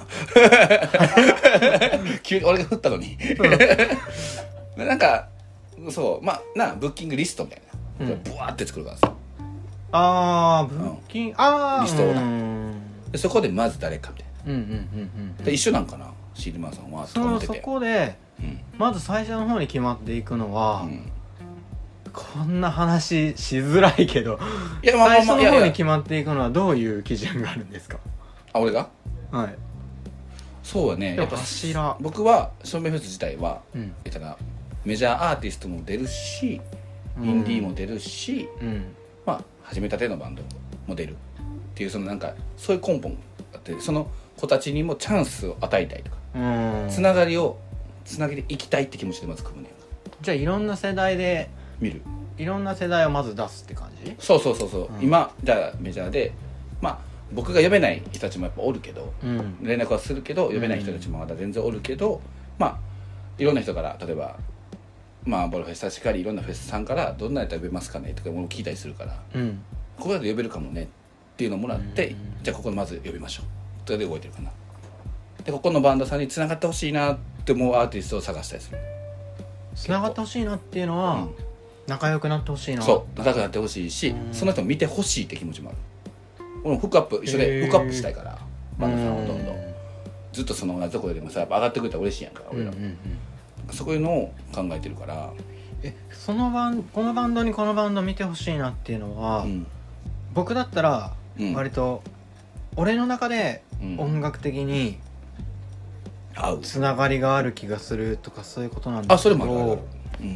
急に俺が振ったのになんかそうまあなブッキングリストみたいな、うん、ブワーって作るからさあーブッキング、うん、あーリストをなでそこでまず誰かみたいな、うんうんうんうん、で一緒なんかなシールマンさんはそのそこで、うん、まず最初の方に決まっていくのは、うん、こんな話しづらいけどいや、まあまあまあ、最初の方に決まっていくのはどういう基準があるんですか？ あ俺がはいそうはねやっぱ柱僕はションベンフェス自体は、うん、言ったらメジャーアーティストも出るしインディーも出るし、うん、まあ始めたてのバンドも出るっていうそのなんかそういう根本があってその子たちにもチャンスを与えたいとかつながりをつなげていきたいって気持ちでまず組むねん。 じゃあいろんな世代で見るいろんな世代をまず出すって感じ？ そうそうそうそう、うん、今じゃあメジャーでまあ僕が呼べない人たちもやっぱおるけど、うん、連絡はするけど呼べない人たちもまだ全然おるけど、うん、まあいろんな人から例えばまあボルフェスタしかりいろんなフェスさんからどんなやったら呼べますかねとかも聞いたりするから、うん、ここだと呼べるかもねっていうのをもらって、うん、じゃあここでまず呼びましょうそれで動いてるかな。でここのバンドさんに繋がってほしいなって思うアーティストを探したりする。 繋がってほしいなっていうのは、うん、仲良くなってほしいな。 そう仲良くなってほしいし、うん、その人も見てほしいって気持ちもある。俺もフックアップ一緒でフックアップしたいからバンドさんをどんどんずっとその同じところでもさやっぱ上がってくれたら嬉しいやんか俺ら、うんうんうん、そういうのを考えてるから。 えそのバンこのバンドにこのバンド見てほしいなっていうのは、うん、僕だったら割と俺の中で音楽的につながりがある気がするとかそういうことなんですけど。あそれもあるある、うんうん、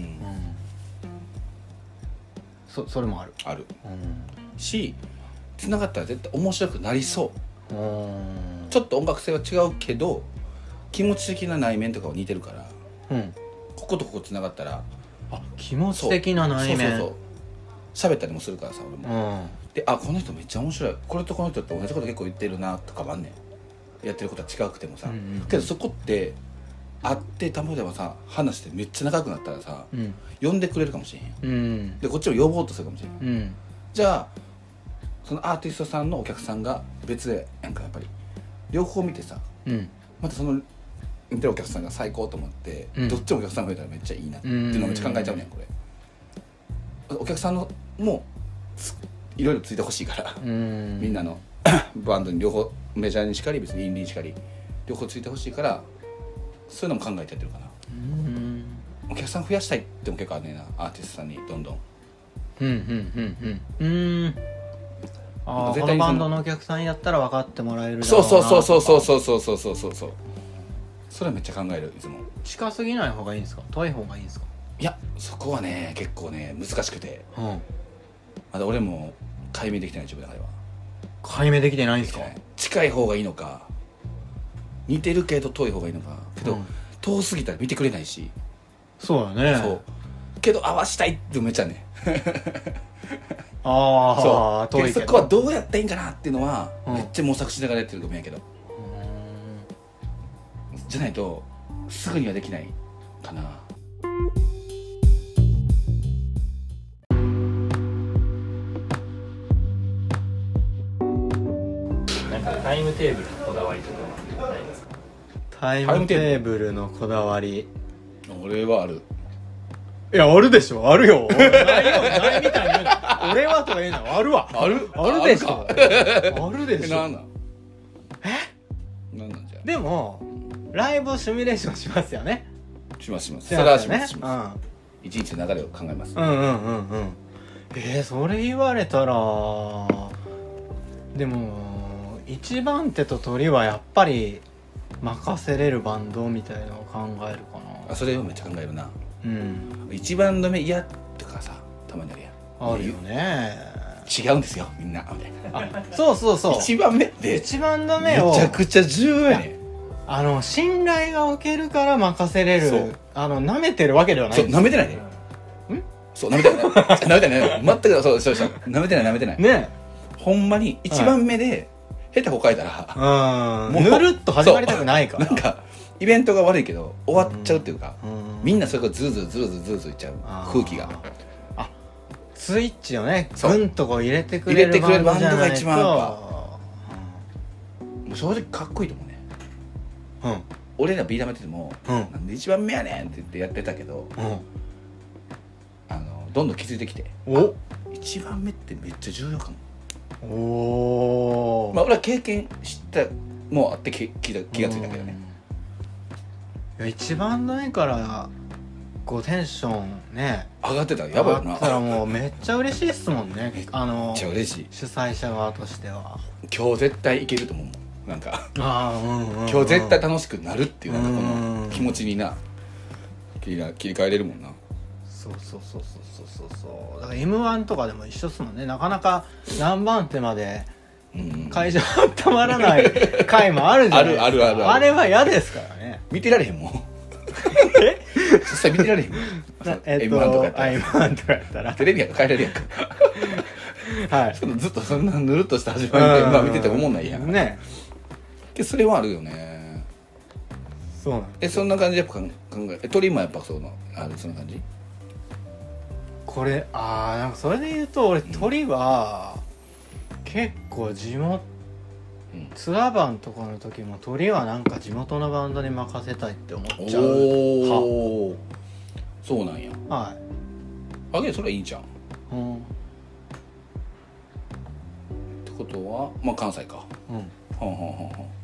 そ, それもあるある、うん、しつながったら絶対面白くなりそう。ちょっと音楽性は違うけど気持ち的な内面とかは似てるから、うん、こことここつながったらあ気持ち的な内面そうそうそう喋ったりもするからさ俺も、うん、であこの人めっちゃ面白いこれとこの人って同じこと結構言ってるなとかもあんねんやってることは違くてもさ、うんうん、けどそこって会ってたまではさ話してめっちゃ仲良くなったらさ、うん、呼んでくれるかもしれへん、うん、でこっちも呼ぼうとするかもしれん、うん、じゃあそのアーティストさんのお客さんが別でなんかやっぱり両方見てさ、うん、またその見てるお客さんが最高と思って、うん、どっちもお客さんが増えたらめっちゃいいなっていうのをめっちゃ考えちゃうねんこれ。お客さんのもいろいろついてほしいからみんなのバンドに両方メジャーにしかり別にインディーにしかり両方ついてほしいからそういうのも考えてやってるかな。うんお客さん増やしたいっても結構あるねんなアーティストさんにどんどんうんうんうんうんうんあこのバンドのお客さんやったら分かってもらえるだろうなそうそうそうそうそうそうそうそうそうそうそれはめっちゃ考えるいつも。 近すぎない方がいいんですか遠い方がいいんですか？ いやそこはね結構ね難しくて、うん、まだ俺も解明できてない自分の中では。 解明できてないんですか？ 近い方がいいのか似てるけど遠い方がいいのかけど、うん、遠すぎたら見てくれないしそうだねそうけど合わしたいってめっちゃねああそう遠いけどそこはどうやったらいいんかなっていうのは、うん、めっちゃ模索しながらやってるごめんやけどじゃないとすぐにはできないかな。 なんかタイムテーブルのこだわりとかはないですか？ タイムテーブルのこだわり、 俺はある。 いやあるでしょ、あるよ。ないよないみたいに言うな。俺はとか言うのあるわ。 あるあるでしょ。あるでしょ。 なんなんえなんなんじゃでもライブをシミュレーションしますよね。 しますします。 しそれはますよねしますします。一日の流れを考えます。 うんうんうんうんうんえー、それ言われたらでも一番手と鳥はやっぱり任せれるバンドみたいなのを考えるかな。 あ、それをめっちゃ考えるな。 うん一番止め嫌とかさ、たまにあるやん。 あるよね。 違うんですよみんなみたいな。 あそうそうそう一番目って一番ダめメをちゃくちゃ重要やねん。 あの信頼がおけるから任せれそうる。あの舐めてるわけではないそう、 んです舐めてないね。 んそう、舐めてない。舐めてない。全く、そう、そう、そう。舐めてない、舐めてない。 ねほんまに、一番目で、下手こ書いたら、 うんもうぬるっと始まりたくないからなんか、イベントが悪いけど、終わっちゃうっていうか、 うんみんなそれがズーズーズーズーズーズーいっちゃうあー空気が。 あスイッチをねそうグンとこう入れてくれる入れてくれるバンドじゃないとバンドが一番やっもう正直かっこいいと思うね。 うんうん俺らビー玉やってても、 うんなんで一番目やねんって言ってやってたけど、あの、どんどん気づいてきて、 お一番目ってめっちゃ重要かも。 おーまあ俺は経験したもうあって気気が気がついたけどね。 いや一番ないからこうテンションね上がってたらやばいよな。 あったらもうめっちゃ嬉しいっすもんねあのめっちゃ嬉しい。 主催者側としては今日絶対いけると思う。なんかああうんうん、うん、 今日絶対楽しくなるっていうなんかこうんの気持ちにな切り切り替えれるもんな。 そうそうそうそうそうそうそうだから エムワン とかでも一緒っすもんね。なかなか何番手までうん会場たまらない回もあるじゃないですか。 あるあるあるあるあれは嫌ですからね。 見てられへんもん。 え実際見てられへんもん。 えっとエムワン とかやったらエムワン とかやったらテレビやから帰れるやんか。 はいそのずっとそんなぬるっとした始まりでまあ見てて思んないやん。 ねけどそれはあるよね。 そうなんえそんな感じでやっぱ考ええ鳥もやっぱそうなあるそんな感じ。 これあーなんかそれで言うと俺鳥は結構地元うんツアーバンとかの時も鳥はなんか地元のバンドに任せたいって思っちゃうおお。そうなんや。 はあけどそれはいいんじゃん。っいうんてことはまあ関西か。 うんはんはんはんはん。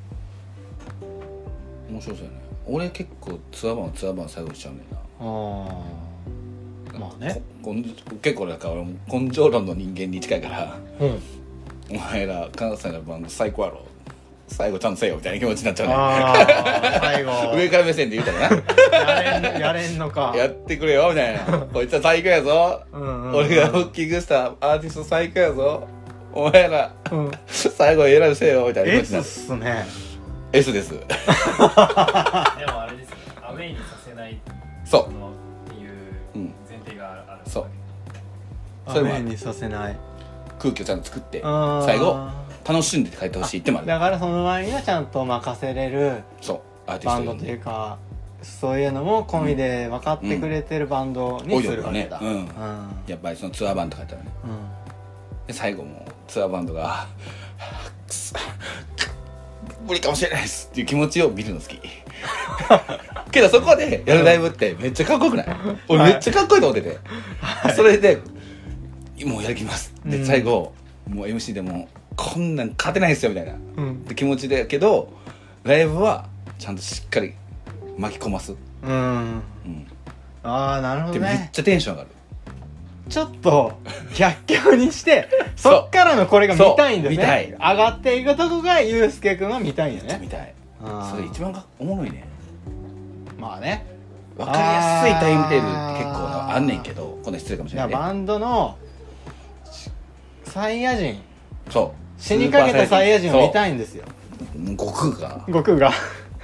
面白そうやね。俺結構ツアーバンはツアーバン最後にしちゃうねんな。 ああまあねここん結構だから俺も根性論の人間に近いからうんお前ら関西のバンド最高やろ最後ちゃんとせえよみたいな気持ちになっちゃうね。 ああ最後上から目線で言うたらやれんやれんのかなやってくれよみたいなこいつは最高やぞ、 うんうんうん俺がブッキングしたアーティスト最高やぞお前らうん最後選ぶせえよみたいな気持ちにな S っる。 すね S です。 でもあれですよね、アウェイにさせないそうのっていううん前提があるそうそれにさせない空気をちゃんと作ってあー最後楽しんで帰ってほしいってもある。 だからその前にはちゃんと任せれるそうアーティストにバンドというかそういうのも込みで分かってくれてるバンドにするわけだ、 うん多いよねうんうんやっぱりそのツアーバンドとかやったらねで最後もツアーバンドがくそ無理かもしれないですっていう気持ちを見るの好きけどそこでやるライブってめっちゃかっこよくない俺めっちゃかっこいいと思ってて、はい、それでもうやる気ますで、うん、最後もう エムシー でもこんなん勝てないですよみたいな、うん、って気持ちだけどライブはちゃんとしっかり巻き込ますうん、うん、ああなるほどねでめっちゃテンション上がるちょっと逆境にしてそっからのこれが見たいんですね。 見たい。 上がっていくとこがゆうすけくんは見たいんよね。 見たい。それ一番がおもろいね。 まあね。 わかりやすいタイムテーブルって結構あんねんけど、こんな失礼かもしれない、ね。 バンドのサイヤ人。 そう。 死にかけたサイヤ人を見たいんですよ。 悟空が。 悟空が。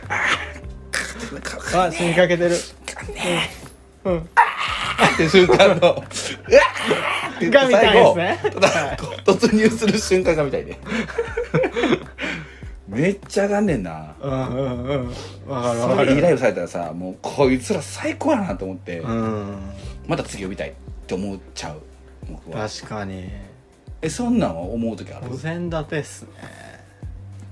あ、死にかけてる。うん。うんって瞬間のうわーってが見たいですね。 突入する瞬間が見たいね。めっちゃ上がんねんな。 うんうんうん。わかるわかる。 それいいライブされたらさ、もうこいつら最高やなと思って、 うん、 また次呼びたいって思っちゃう。僕は確かに。 えそんなんは思う時ある？ お膳立てっすね。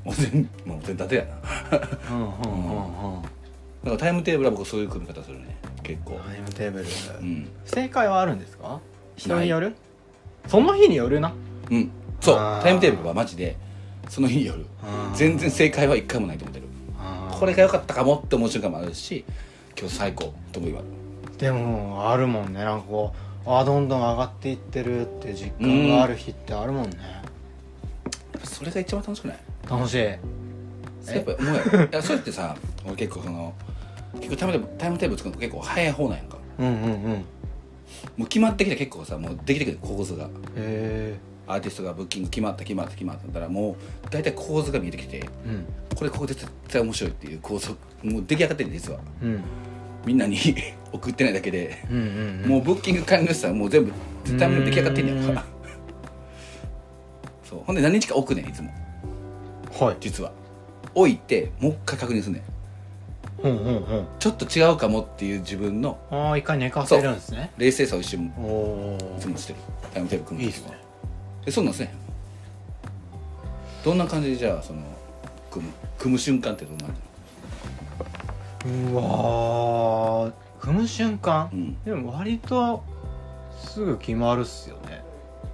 もう全もう全立てやなうんうんうんうんだからタイムテーブルは僕そういう組み方するね結構タイムテーブル、 うん、 正解はあるんですか？人による？その日によるな。 うんそうタイムテーブルはマジでその日による全然正解は一回もないと思ってるこれが良かったかもって思う瞬間もあるし今日最高とも言われるでもあるもんねなんかこうあどんどん上がっていってるって実感がある日ってあるもんね、 うん、それが一番楽しくない？ 楽しいやっぱ思うやろいやそれってさ俺結構その結構タイムテーブルタイムテーブル作るの結構早い方なんやんかうんうんうんもう決まってきて結構さもうできてくる構図がへえアーティストがブッキング決まった決まった決まったんだらもう大体構図が見えてきて、うん、これここで絶対面白いっていう構図もう出来上がってるんです実は、うん、みんなに送ってないだけで、うんうんうん、もうブッキング完了したらもう全部絶対出来上がってんねやんかそうほんで何日か置くねんいつもはい実は置いてもう一回確認すんねんうんうんうん、ちょっと違うかもっていう自分のああ一回寝かせるんですね冷静さを一瞬いつもしてるタイムテーブル組むいいですねえそうなんですねどんな感じでじゃあその組む組む瞬間ってどんな感じ？うわー組む瞬間、うん、でも割とすぐ決まるっすよね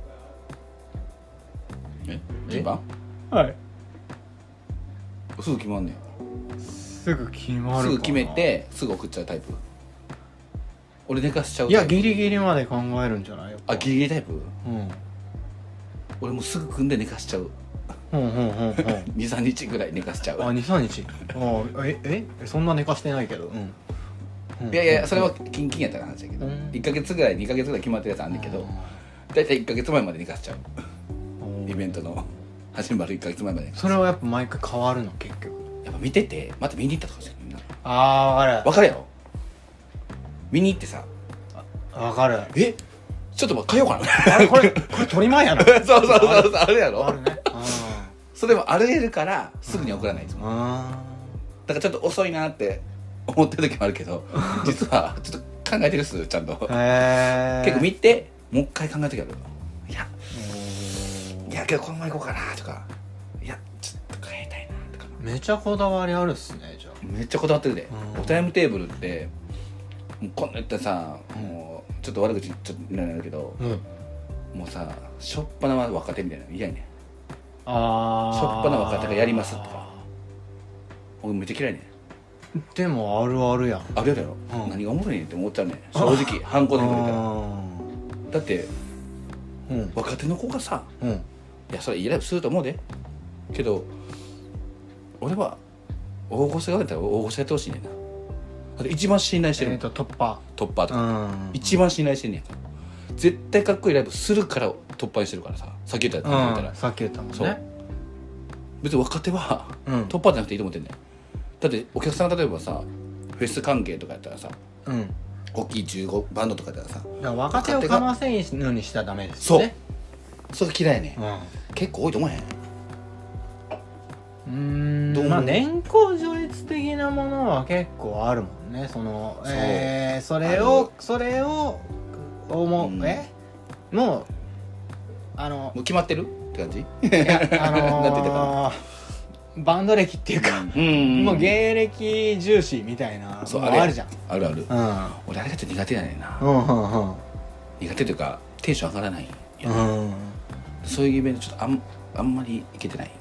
え順番？ はいすぐ決まんねんすぐ決まるかなすぐ決めてすぐ送っちゃうタイプ俺寝かしちゃうタイプいやギリギリまで考えるんじゃないよあギリギリタイプうん俺もうすぐ組んで寝かしちゃううんうんうんうんにさんにちぐらい寝かしちゃうあにさんにちあええそんな寝かしてないけどうん、 うん、いやいやそれはキンキンやったら話だけど、うん、いっかげつぐらいにかげつぐらい決まってるやつあるんだけどだいたいいっかげつまえまで寝かしちゃうイベントの始まるいっかげつまえまでそれはやっぱ毎回変わるの結局やっぱ見ててまた見に行ったとかしてみんなあー分かる分かるやろ見に行ってさ分かるえちょっと変えようかなあれこれこれ鳥前やなそうそうそうそうあるやろあるねそれもあるえるからすぐに送らないと思うだからちょっと遅いなって思ってる時もあるけど実はちょっと考えてるっすちゃんとへ結構見てもう一回考える時あるいやいやけどこのまま行こうかなとかいやちょっと変えたいなとかめちゃこだわりあるっすねじゃあめっちゃこだわってるでタイムテーブルってもうこんな言ってさ、うん、もうちょっと悪口ちょっとなるけど、うん、もうさしょっぱなは若手みたいなの嫌やねんあしょっぱな若手がやりますとか俺めっちゃ嫌いねんでもあるあるやんあるやろ、うん、何がおもろいねんって思っちゃうねん正直ハンコでくれたらだって、うん、若手の子がさ、うん、いやそれいいライブすると思うでけど俺は大御所が出たら大御所やってほしいねんなだって一番信頼してる、 えー、と突破突破とか一番信頼してんねんから絶対かっこいいライブするから突破にしてるからささっき言ったやつ、 うん、さっき言ったもんねそう別に若手は、うん、突破じゃなくていいと思ってんねんだってお客さんが例えばさフェス関係とかやったらさ、うん、大きいじゅうごバンドとかやったらさだから若手をかませんのにしたらダメですよねそうそれ嫌いやねん、うん、結構多いと思えへんうーんまあ年功序列的なものは結構あるもんねそのそ,、えー、それをそれを思う、うん、えもうあのもう決まってるって感じいやあのー、なんて言ったかなバンド歴っていうか、うんうん、もう芸歴重視みたいなそうあるじゃんあるある、うん、俺あれがちょっと苦手やねんな、うんうんうん、苦手というかテンション上がらないや、うん、そういうイベントちょっとあ ん, あんまりいけてない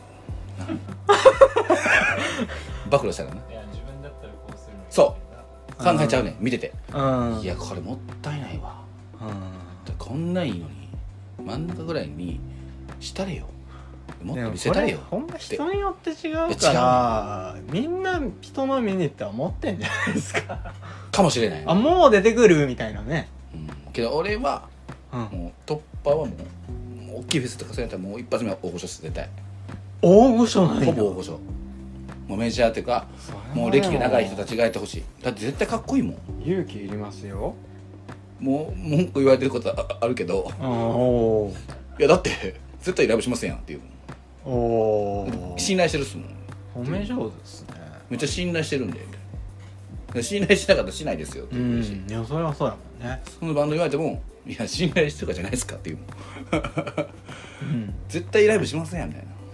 暴露したらな。いや自分だったらこうするのそう考えちゃうね、うん、見てて、うん、いやこれもったいないわ、うん、こんないいのに真ん中ぐらいにしたれよもっと見せたれよほんま人によって違うからみんな人の見に行って思ってんじゃないですかかもしれないあもう出てくるみたいなね、 うん、けど俺は、うん、もう突破はもう大きいフェスとかそうやったらもう一発目は大御所絶対大御所なんやほぼ大御所もうメジャーっていうかもう歴が長い人たちがやってほしいだって絶対かっこいいもん勇気いりますよもう文句言われてることはあるけどおいやだって絶対ライブしませんやんっていうお信頼してるっすもん褒め上手ですねめっちゃ信頼してるんで信頼しなかったらしないですよって言うし、 うん、いやそれはそうやもんねそのバンド言われてもいや信頼してるからじゃないですかっていう、うん、絶対ライブしませんやんみたいなもう分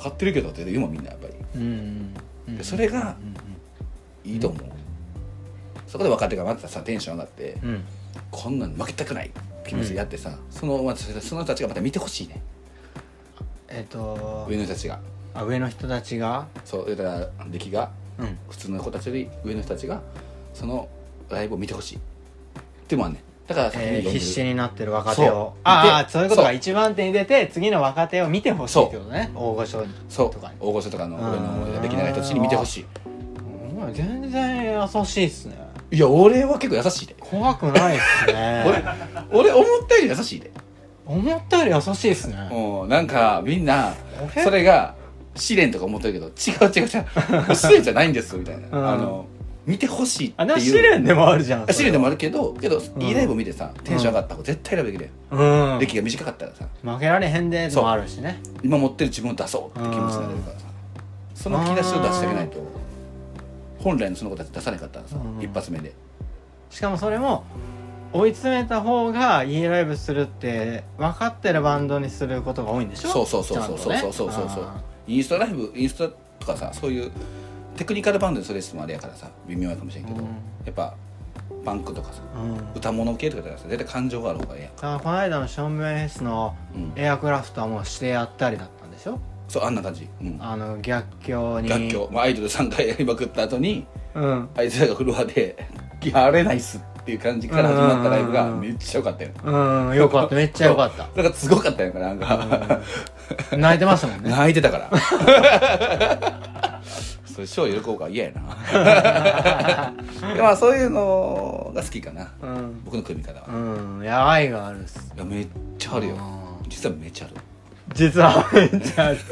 かってるけどって言うもんみんなやっぱり、 うんうん、 でそれがいいと思う、うん、そこで若手がまたさテンション上がって、うん、こんなん負けたくない気持ちでやってさ、うん、そのまたその人たちがまた見てほしいね。えっと上の人たちがあ上の人たちがそうだから出来が、うん、普通の子たちより上の人たちがそのライブを見てほしいってもあんねん。だから、 えー、必死になってる若手をああそういうことが一番手に出て次の若手を見てほしいってことね。大御所とかに大御所とかの俺のできない人たちに見てほしい。 お前全然優しいっすね。 いや俺は結構優しいで。 怖くないっすね俺, 俺思ったより優しいで。 思ったより優しいっすね。 うんなんかみんなそれが試練とか思ってるけど違う違う違う試練じゃないんですみたいな、うん、あの見てほしいっていう。あ試練でもあるじゃん。 試練でもあるけどけど、うん、いいライブを見てさテンション上がった方が絶対ライブできるよ、うん、歴が短かったらさ負けられへんでもあるしね。 今持ってる自分を出そうって気持ちになれるからさ、うん、その引き出しを出してあげないと本来のその子たち出さなかったらさ、うん、一発目でしかもそれも追い詰めた方がいいライブするって分かってるバンドにすることが多いんでしょ。 そうそうそうそうそうそうそうそうそうインストライブインストとかさそういうテクニカルバンドでそれしてもあれやからさ微妙やかもしれんけど、うん、やっぱパンクとかさ、うん、歌物系とかだからさ絶対感情がある方がええやんか。 この間のションベンフェスのエアクラフトはもうしてやったりだったんでしょ。 そうあんな感じ、うん、 あの逆境に逆境、まあ、アイドルさんかいやりまくった後に、うん、あいつらがフロアでやれないっすっていう感じから始まったライブがめっちゃ良かったよ。 うんうんよかっためっちゃ良かっただからすごかったよなんか泣いてましたもんね。 泣いてたからそれ賞喜ぶから嫌やなでまあそういうのが好きかな、うん、僕の組み方は。 うんいや愛があるっす。 いやめっちゃあるよ。実はめっちゃある。 実はめっちゃある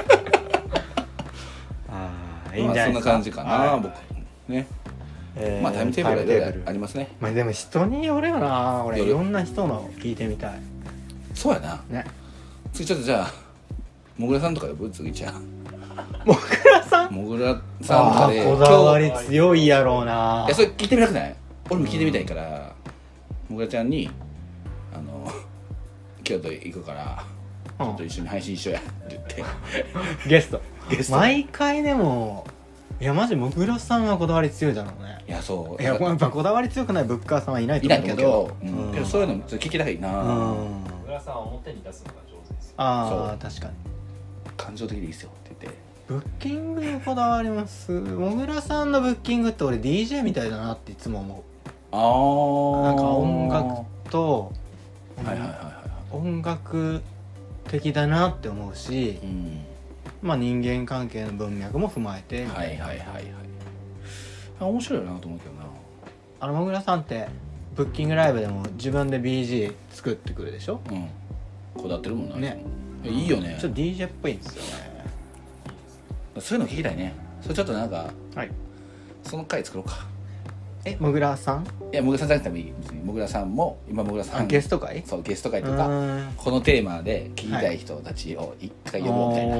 ああいいんじゃないですか。まあ、そんな感じかな、はい、僕ね。えー、まあタイムテーブルはいろいろありますね。 まあでも人によるよな。俺いろんな人の聞いてみたい。 そうやな。ね。次ちょっとじゃあもぐらさんとかでぶつぎちゃう。 もぐらさん？ もぐらさんとかでこだわり強いやろうな。 いやそれ聞いてみたくない？俺も聞いてみたいから、うん、もぐらちゃんにあの京都行くから、うん、ちょっと一緒に配信しようやって言ってゲストゲスト毎回でもいやマジもぐらさんはこだわり強いだろうね。 いやそういややっぱこだわり強くないブッカーさんはいないと思うけど、いないと思うけど、うんうん、けどそういうのちょっと聞きたいな。 もぐらさんは表に出すのが上手ですよ。 ああ確かに感情的でいいっすよって言って。 ブッキングにこだわります。もぐらさんのブッキングって俺 ディージェー みたいだなっていつも思う。ああなんか音楽と、はいはいはいはい、音楽的だなって思うし、うん、まあ人間関係の文脈も踏まえてみたいな。はいはいはいはい。 面白いなと思うけどな。 あのもぐらさんってブッキングライブでも自分で ビージー 作ってくるでしょ。うん。 こだわってるもんな。ね。いいよね。 ちょっと ディージェー っぽいんですよね。 そういうの聞きたいね。それちょっとなんか、はい、その回作ろうか。 え、もぐらさん？ いや、もぐらさんじゃなくてもいい。別にもぐらさんも今もぐらさんゲスト会？ そうゲスト会とかこのテーマで聞きたい人たちを一回呼ぼうみたいな。はい、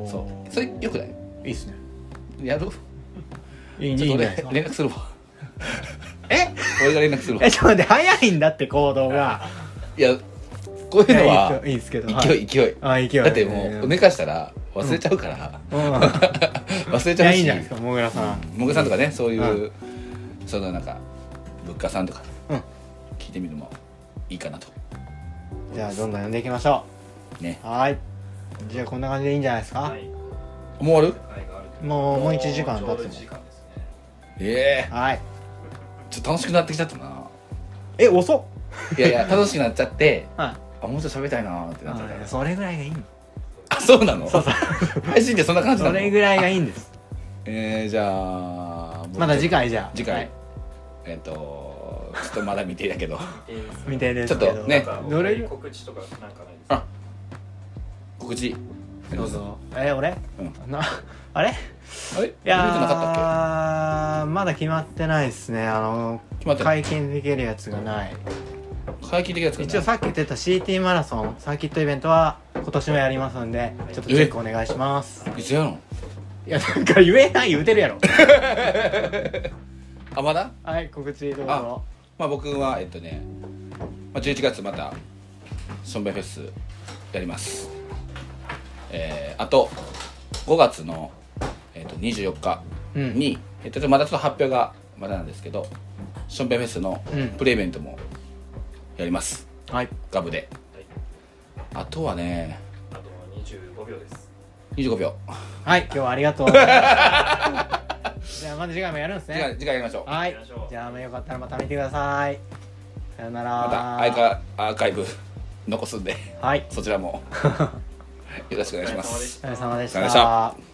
そうそれよくない？ いいっすね。 やる？ いいね。 ちょっと俺連絡するわ。 え？ 俺が連絡するわ。 え、ちょっと待って早いんだって行動が。 いやこういうのはいいですけど。 勢い勢い。 あ勢い。 だってもう寝かしたら。忘れちゃうから、うん、忘れちゃうし、いやいいんじゃないですかもぐらさん、 もぐらさんとかねそういう、うん、そのなんか物価さんとか、うん、聞いてみるのもいいかなと。 じゃあどんどん読んでいきましょうね。はいじゃあこんな感じでいいんじゃないですか、はい、 もう終わる？ もうもういちじかん経つもん。 ええー、 はいちょっと楽しくなってきちゃったな。 え遅っいやいや楽しくなっちゃって、はい、あもうちょっと喋りたいなってなっちゃった。 それぐらいがいいの。 あ、そうなの？ そうそう配信ってそんな感じなの？ それぐらいがいいんです。 えー、じゃあまだ次回じゃあ次回、はい、えっ、ー、とちょっとまだ未定だけど未定ですけどちょっとねどれ告知とかなんかないですか？ あ告知どうぞ。えー、俺、うん、なあれあれいやーなかったっけ？まだ決まってないですね。あの解禁できるやつがない。 解禁できるやつがない。 一応さっき言ってた シーティー マラソンサーキットイベントは今年もやりますんでちょっとチェックお願いします。 いつやるの？ いやなんか言えない言うてるやろあまだ？ はい告知どうぞ。 まあ僕はえっとね、まあ、じゅういちがつまたションベンフェスやります。えー、あとごがつの、えー、とにじゅうよっかに、うんえー、とまだちょっと発表がまだなんですけどションベンフェスのプレイベントもやります、 うん、はいガブで、はい、あとはねあとはにじゅうごびょうですにじゅうごびょうはい今日はありがとうございますじゃあまた次回もやるんですね次回次回やりましょうはいじゃあよかったらまた見てくださいさよならまたアイカアーカイブ残すんで、 はい、 そちらもよろしくお願いします。 お疲れ様でした。